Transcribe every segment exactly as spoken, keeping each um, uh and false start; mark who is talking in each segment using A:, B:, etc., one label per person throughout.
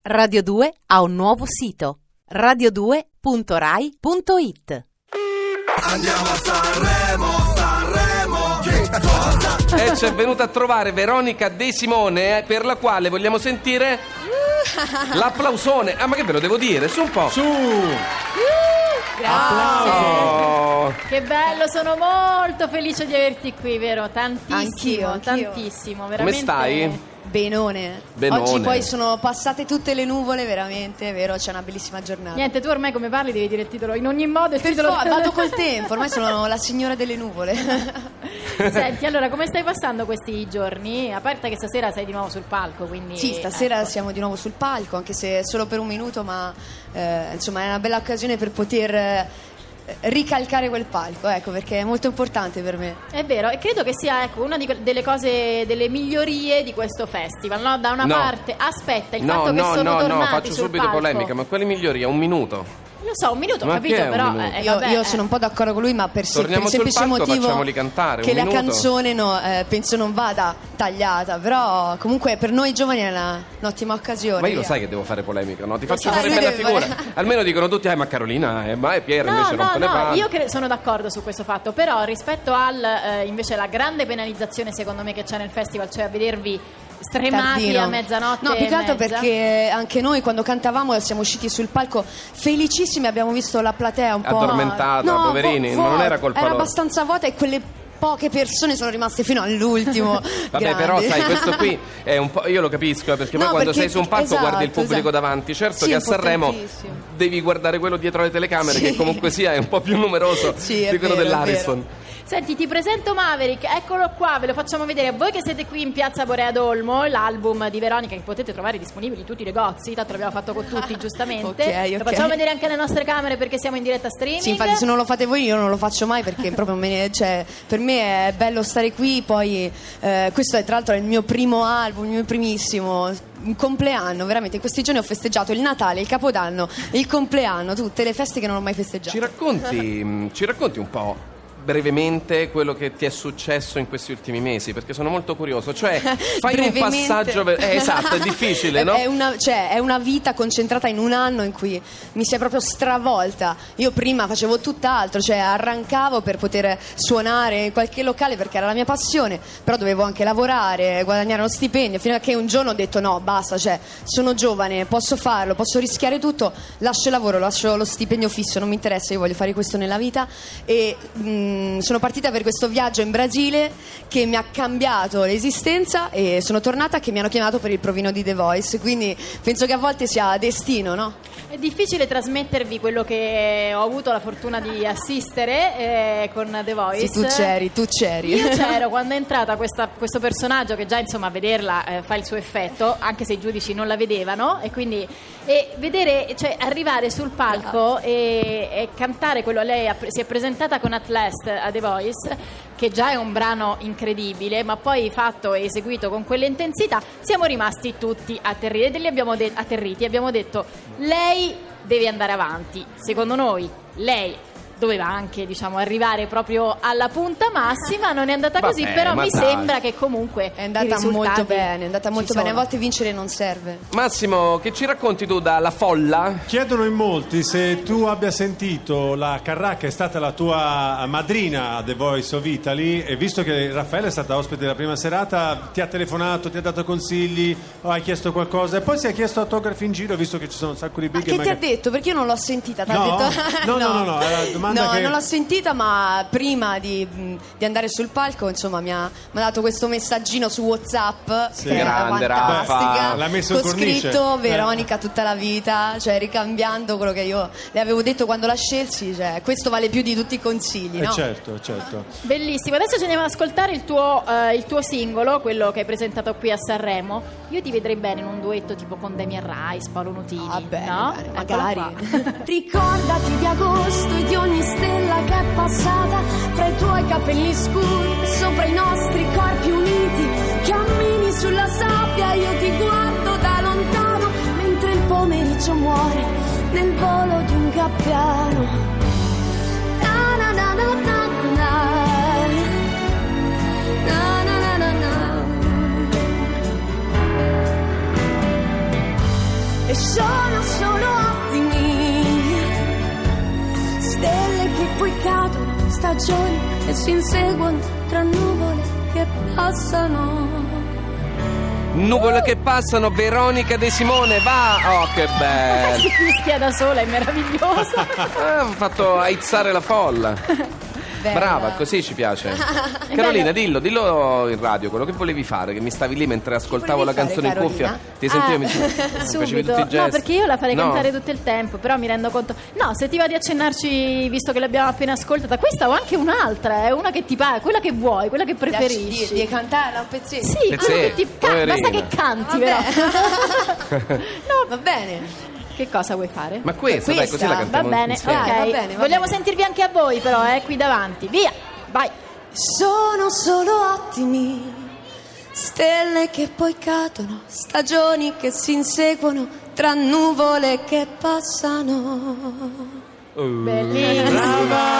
A: Radio due ha un nuovo sito: radio due punto rai punto it.
B: Andiamo a Sanremo, Sanremo, che cosa?
C: E ci è venuta a trovare Veronica De Simone, per la quale vogliamo sentire l'applausone. Ah, ma che ve lo devo dire? Su un po'.
D: Su!
E: Grazie.
C: Oh.
E: Che bello, sono molto felice di averti qui, vero? Tantissimo,
F: Anch'io, anch'io.
E: tantissimo, veramente.
C: Come stai?
F: Benone.
C: Benone.
F: Oggi poi sono passate tutte le nuvole, veramente, vero? C'è una bellissima giornata.
E: Niente, tu ormai come parli devi dire il titolo in ogni modo. Il
F: Per
E: titolo
F: favore, vado col tempo, ormai sono la signora delle nuvole.
E: Senti, allora, come stai passando questi giorni? A parte che stasera sei di nuovo sul palco, quindi...
F: Sì, stasera
E: ecco.
F: siamo di nuovo sul palco, anche se solo per un minuto, ma eh, insomma è una bella occasione per poter eh, ricalcare quel palco, ecco, perché è molto importante per me.
E: È vero, e credo che sia, ecco, una di que- delle cose, delle migliorie di questo festival, no? Da una
C: No.
E: parte, aspetta, il
C: No,
E: fatto che
C: no,
E: sono
C: no,
E: tornati
C: no, faccio
E: sul
C: subito
E: palco.
C: polemica, ma quale miglioria? Un minuto.
E: Lo so, un minuto, ho
C: Ma
E: capito,
C: che è un
E: però
C: minuto?
E: eh,
F: Io,
E: vabbè,
F: io
E: eh.
F: sono un po' d'accordo con lui, ma per, se- per
C: Torniamo
F: il
C: sul
F: semplice
C: palco,
F: motivo
C: facciamoli cantare,
F: che
C: un
F: la
C: minuto.
F: canzone no, eh, penso non vada tagliata, però comunque per noi giovani è una, un'ottima occasione.
C: Ma io lo
F: via.
C: sai che devo fare polemica, no? Ti
F: Lo
C: faccio
F: so,
C: fare
F: lui
C: bella
F: deve
C: figura.
F: fare-
C: Almeno dicono tutti, eh, ma Carolina, eh, ma è Pier
E: No,
C: invece
E: no,
C: rompe le
E: no,
C: palle.
E: io cre- sono d'accordo su questo fatto, però rispetto al eh, invece la grande penalizzazione secondo me che c'è nel festival, cioè a vedervi stremati
F: Tardino.
E: a mezzanotte
F: No, più che
E: e
F: altro
E: mezza.
F: perché anche noi quando cantavamo siamo usciti sul palco felicissimi, abbiamo visto la platea un po'
C: Addormentata, poverini, ma non era colpa
F: era
C: loro.
F: abbastanza vuota e quelle poche persone sono rimaste fino all'ultimo.
C: Vabbè,
F: grandi.
C: però sai, questo qui è un po'. Io lo capisco, eh, perché
F: No,
C: poi quando
F: perché-
C: sei su un palco
F: esatto,
C: guardi il pubblico
F: esatto.
C: davanti. Certo
F: Sì,
C: che a
F: è
C: Sanremo
F: importantissimo.
C: devi guardare quello dietro le telecamere,
F: Sì.
C: che comunque sia è un po' più numeroso
F: Sì, è
C: di quello
F: vero, è
C: dell'Ariston.
E: Senti, ti presento Maverick, eccolo qua, ve lo facciamo vedere a voi che siete qui in Piazza Borea d'Olmo, l'album di Veronica che potete trovare disponibile in tutti i negozi, tanto l'abbiamo fatto con tutti giustamente.
F: Ok,
E: Lo
F: ok.
E: facciamo vedere anche alle nostre camere perché siamo in diretta streaming.
F: Sì, infatti se non lo fate voi io non lo faccio mai perché proprio me ne- cioè, per me è bello stare qui, poi eh, questo è tra l'altro è il mio primo album, il mio primissimo un compleanno, veramente in questi giorni ho festeggiato il Natale, il Capodanno, il compleanno, tutte le feste che non ho mai festeggiato.
C: Ci racconti, mh, ci racconti un po' brevemente quello che ti è successo in questi ultimi mesi, perché sono molto curioso. Cioè, fai un
F: Brevemente.
C: passaggio ve- eh, esatto, è difficile, no?
F: È una, cioè, è una vita concentrata in un anno in cui mi si è proprio stravolta. Io prima facevo tutt'altro, cioè arrancavo per poter suonare in qualche locale perché era la mia passione, però dovevo anche lavorare, guadagnare uno stipendio, fino a che un giorno ho detto no, basta, cioè sono giovane, posso farlo, posso rischiare tutto, lascio il lavoro, lascio lo stipendio fisso, non mi interessa, io voglio fare questo nella vita e mh, sono partita per questo viaggio in Brasile che mi ha cambiato l'esistenza e sono tornata che mi hanno chiamato per il provino di The Voice, quindi penso che a volte sia destino, no?
E: È difficile trasmettervi quello che ho avuto la fortuna di assistere eh, con The Voice.
F: Sì, tu c'eri, tu c'eri.
E: Io c'ero quando è entrata questa, questo personaggio che già insomma a vederla eh, fa il suo effetto, anche se i giudici non la vedevano, e quindi e vedere, cioè arrivare sul palco e, e cantare quello. Lei ha, si è presentata con At Last a The Voice, che già è un brano incredibile, ma poi fatto e eseguito con quell'intensità siamo rimasti tutti atterriti e gli abbiamo de- atterriti abbiamo detto lei deve andare avanti. Secondo noi lei doveva anche, diciamo, arrivare proprio alla punta massima, non è andata
C: Vabbè,
E: così, però
C: ma
E: mi
C: dai.
E: sembra che comunque
F: È
E: i
F: andata
E: risultati
F: molto bene, è andata
E: ci
F: molto bene. A
E: sono.
F: volte vincere non serve.
C: Massimo, che ci racconti tu dalla folla?
D: Chiedono in molti se tu abbia sentito la Carrà, che è stata la tua madrina a The Voice of Italy, e visto che Raffaele è stata ospite della prima serata, ti ha telefonato, ti ha dato consigli, o hai chiesto qualcosa e poi si è chiesto autografi in giro, visto che ci sono un sacco di
F: Ma
D: big
F: che ti ha
D: magari-
F: detto? Perché io non l'ho sentita. t'ha
D: No?
F: detto...
D: No, no, no, no, è la domanda
F: No,
D: che-
F: non l'ho sentita, ma prima di, di andare sul palco, insomma, mi ha, mi ha dato questo messaggino su WhatsApp
D: Sì.
F: che era
C: Grande,
F: fantastica.
C: Raffa.
D: L'ha messo in
F: Con
D: cornice.
F: scritto
D: Eh.
F: Veronica tutta la vita, cioè ricambiando quello che io le avevo detto quando la scelsi, cioè questo vale più di tutti i consigli,
D: Eh,
F: no?
D: certo, certo.
E: Bellissimo, adesso ci andiamo ad ascoltare il tuo, eh, il tuo singolo, quello che hai presentato qui a Sanremo. Io ti vedrei bene in un duetto tipo con Damian Rice, Paolo Nutini,
F: Ah, bene,
E: no?
F: bene,
E: Eccolo
F: magari.
E: qua.
G: Ricordati di agosto e di ogni stella che è passata fra i tuoi capelli scuri, sopra i nostri corpi uniti. Cammini sulla sabbia, io ti guardo da lontano, mentre il pomeriggio muore nel volo di un gabbiano. Na na na na na na. Na na na na na. E sono solo attimi, stelle che poi cadono, stagioni che si inseguono tra nuvole che passano.
C: Nuvole che passano, Veronica De Simone, va! Oh, che bello!
E: Si fischia da sola, è meravigliosa.
C: Ah, ho fatto aizzare la folla.
F: Bella.
C: Brava, così ci piace. Carolina, dillo, dillo in radio quello che volevi fare, che mi stavi lì mentre ascoltavo la
F: volevi
C: canzone
F: fare,
C: in cuffia.
F: Carolina?
C: Ti sentivo,
E: Ah,
C: mi facevi
E: subito.
C: tutti i gesti.
E: No, perché io la farei
C: No.
E: cantare tutto il tempo, però mi rendo conto. No, se ti va di accennarci, visto che l'abbiamo appena ascoltata, questa o anche un'altra, è una che ti pare, quella che vuoi, quella che preferisci.
F: Di, di cantare un pezzetto.
E: Sì,
C: Pezzetto,
E: quello che ti ca-
C: poverina.
E: basta che canti,
F: Vabbè.
E: però. No,
F: Va bene.
E: che cosa vuoi fare?
C: Ma questa, dai, così la
F: Questa?
E: Va
C: cantiamo
E: bene,
C: insieme.
E: ok.
F: Dai, va bene, va
E: Vogliamo
F: bene.
E: sentirvi anche a voi, però, eh, qui davanti. Via, vai.
G: Sono solo attimi, stelle che poi cadono, stagioni che si inseguono tra nuvole che passano.
E: Bellissima.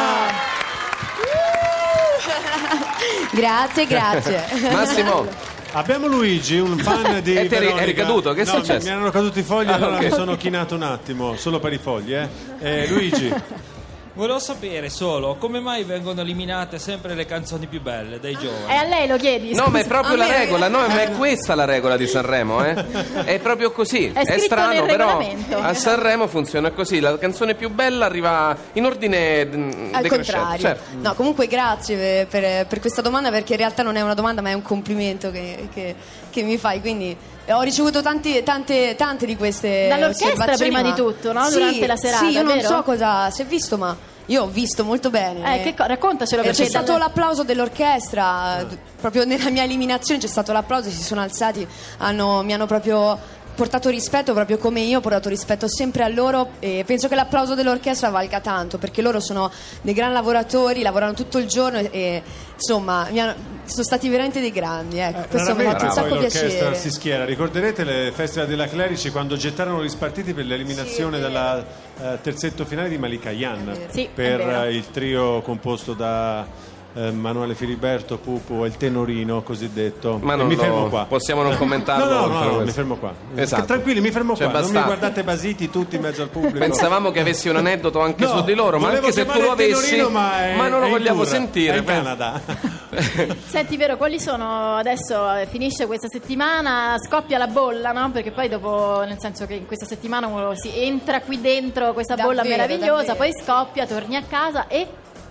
F: Grazie, grazie.
C: Massimo,
D: Abbiamo Luigi, un fan di
C: E te eri-
D: Veronica.
C: eri caduto? Che è
D: No,
C: successo?
D: Mi, mi erano caduti i fogli,
C: Ah,
D: allora
C: ok.
D: mi sono chinato un attimo, solo per i fogli, eh. Eh, Luigi,
H: Volevo sapere solo come mai vengono eliminate sempre le canzoni più belle dai
E: E
H: giovani.
E: a lei lo chiedi?
C: no, ma è
E: scusa.
C: proprio
F: A
C: la
F: me-
C: regola, no, ma è questa la regola di Sanremo, eh? È proprio così.
E: È scritto
C: strano,
E: nel
C: però
E: regolamento.
C: a Sanremo funziona così, la canzone più bella arriva in ordine mm,
F: Al
C: decrescente.
F: contrario.
C: Certo.
F: No, comunque grazie per, per- per questa domanda, perché in realtà non è una domanda ma è un complimento che, che- che mi fai, quindi ho ricevuto tanti, tante, tante di queste
E: Dall'orchestra
F: osservazioni,
E: prima
F: ma-
E: di tutto, no?
F: Sì,
E: Durante la serata,
F: sì, io non
E: vero?
F: so cosa si è visto, ma io ho visto molto bene.
E: Eh, che co- raccontacelo,
F: Eh,
E: perché
F: c'è stato
E: dal-
F: l'applauso dell'orchestra, d- proprio nella mia eliminazione c'è stato l'applauso, si sono alzati, hanno- mi hanno proprio portato rispetto, proprio come io ho portato rispetto sempre a loro, e penso che l'applauso dell'orchestra valga tanto, perché loro sono dei gran lavoratori, lavorano tutto il giorno e, e, insomma mi hanno- sono stati veramente dei grandi, ecco. Questo mi ha fatto un
D: raramente
F: sacco
D: poi l'orchestra
F: piacere.
D: si schiera. Ricorderete le Festival della Clerici quando gettarono gli spartiti per l'eliminazione
F: Sì, è
D: della eh, terzetto finale di Malika Yan
E: Sì, è
D: per
E: vero.
D: eh, il trio composto da eh, Manuele Filiberto, Pupo e il tenorino cosiddetto.
C: Ma
D: E
C: non
D: mi
C: lo-
D: fermo qua.
C: possiamo non commentarlo
D: No, no,
C: oltre
D: no, no,
C: questo.
D: mi fermo qua.
C: Esatto.
D: Tranquilli, mi fermo
C: C'è
D: qua. Non mi
C: bastato.
D: guardate basiti tutti in mezzo al pubblico.
C: Pensavamo che avessi un aneddoto anche
D: No,
C: su di loro, ma
D: volevo
C: anche se tu
D: chiamare
C: lo
D: il
C: avessi,
D: tenorino, ma, è-
C: ma non lo
D: è in
C: vogliamo
D: tour,
C: sentire.
D: è in
C: per-
D: Canada.
E: Senti, vero, quali sono adesso? eh, Finisce questa settimana, scoppia la bolla, no? Perché poi dopo, nel senso che in questa settimana uno si entra qui dentro questa bolla
F: Davvero,
E: meravigliosa,
F: davvero.
E: poi scoppia, torni a casa e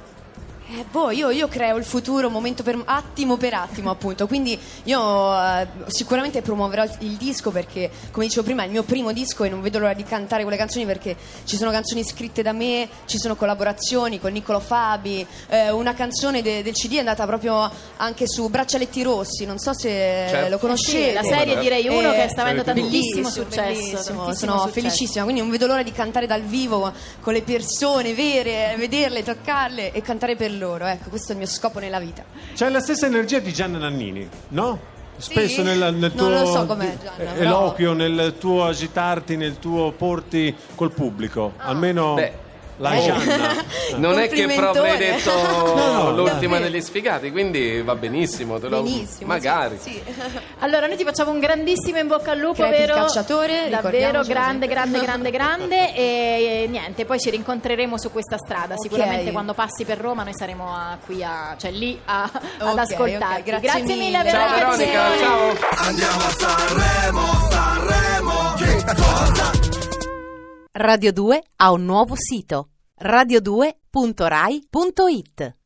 F: Eh, boh, io, io creo il futuro momento per attimo per attimo, appunto. Quindi io eh, sicuramente promuoverò il, il disco, perché, come dicevo prima, è il mio primo disco e non vedo l'ora di cantare quelle canzoni, perché ci sono canzoni scritte da me, ci sono collaborazioni con Niccolo Fabi. Eh, una canzone de- del C D è andata proprio anche su Braccialetti Rossi, non so se
C: Certo.
F: lo conoscete.
E: Sì, la serie di Rai uno
F: Eh,
E: che sta avendo
F: bellissimo,
E: tantissimo successo.
F: bellissimo,
E: tantissimo
F: sono
E: successo.
F: felicissima, quindi non vedo l'ora di cantare dal vivo con le persone vere, vederle, toccarle e cantare per loro. Ecco, questo è il mio scopo nella vita.
D: C'è la stessa energia di Gianna Nannini, no? Spesso
F: Sì?
D: nel, nel
F: Non
D: tuo
F: lo so com'è, Gianna,
D: eh,
F: però-
D: eloquio, nel tuo agitarti, nel tuo porti col pubblico. Almeno
C: Beh.
D: la
F: Oh.
D: Gianna.
C: Non è che proprio hai
F: Complimentone.
C: detto
D: No, no,
C: l'ultima
F: davvero.
C: degli sfigati, quindi va benissimo. Te lo-
F: Benissimo.
C: magari.
F: Sì, sì.
E: Allora, noi ti facciamo un grandissimo in bocca al lupo,
F: Crepi il
E: vero?
F: calciatore,
E: Davvero
F: ricordiamocelo
E: grande,
F: sempre.
E: grande, grande, grande. E niente, poi ci rincontreremo su questa strada.
F: Ok.
E: Sicuramente quando passi per Roma noi saremo a- qui a, cioè lì a, ad
F: Ok,
E: ascoltarti.
F: ok, grazie
E: mille,
F: mille.
C: Ciao
E: Veronica.
C: Veronica, ciao.
B: Andiamo a Sanremo, Sanremo, che cosa?
A: Radio due ha un nuovo sito radio due punto rai punto it.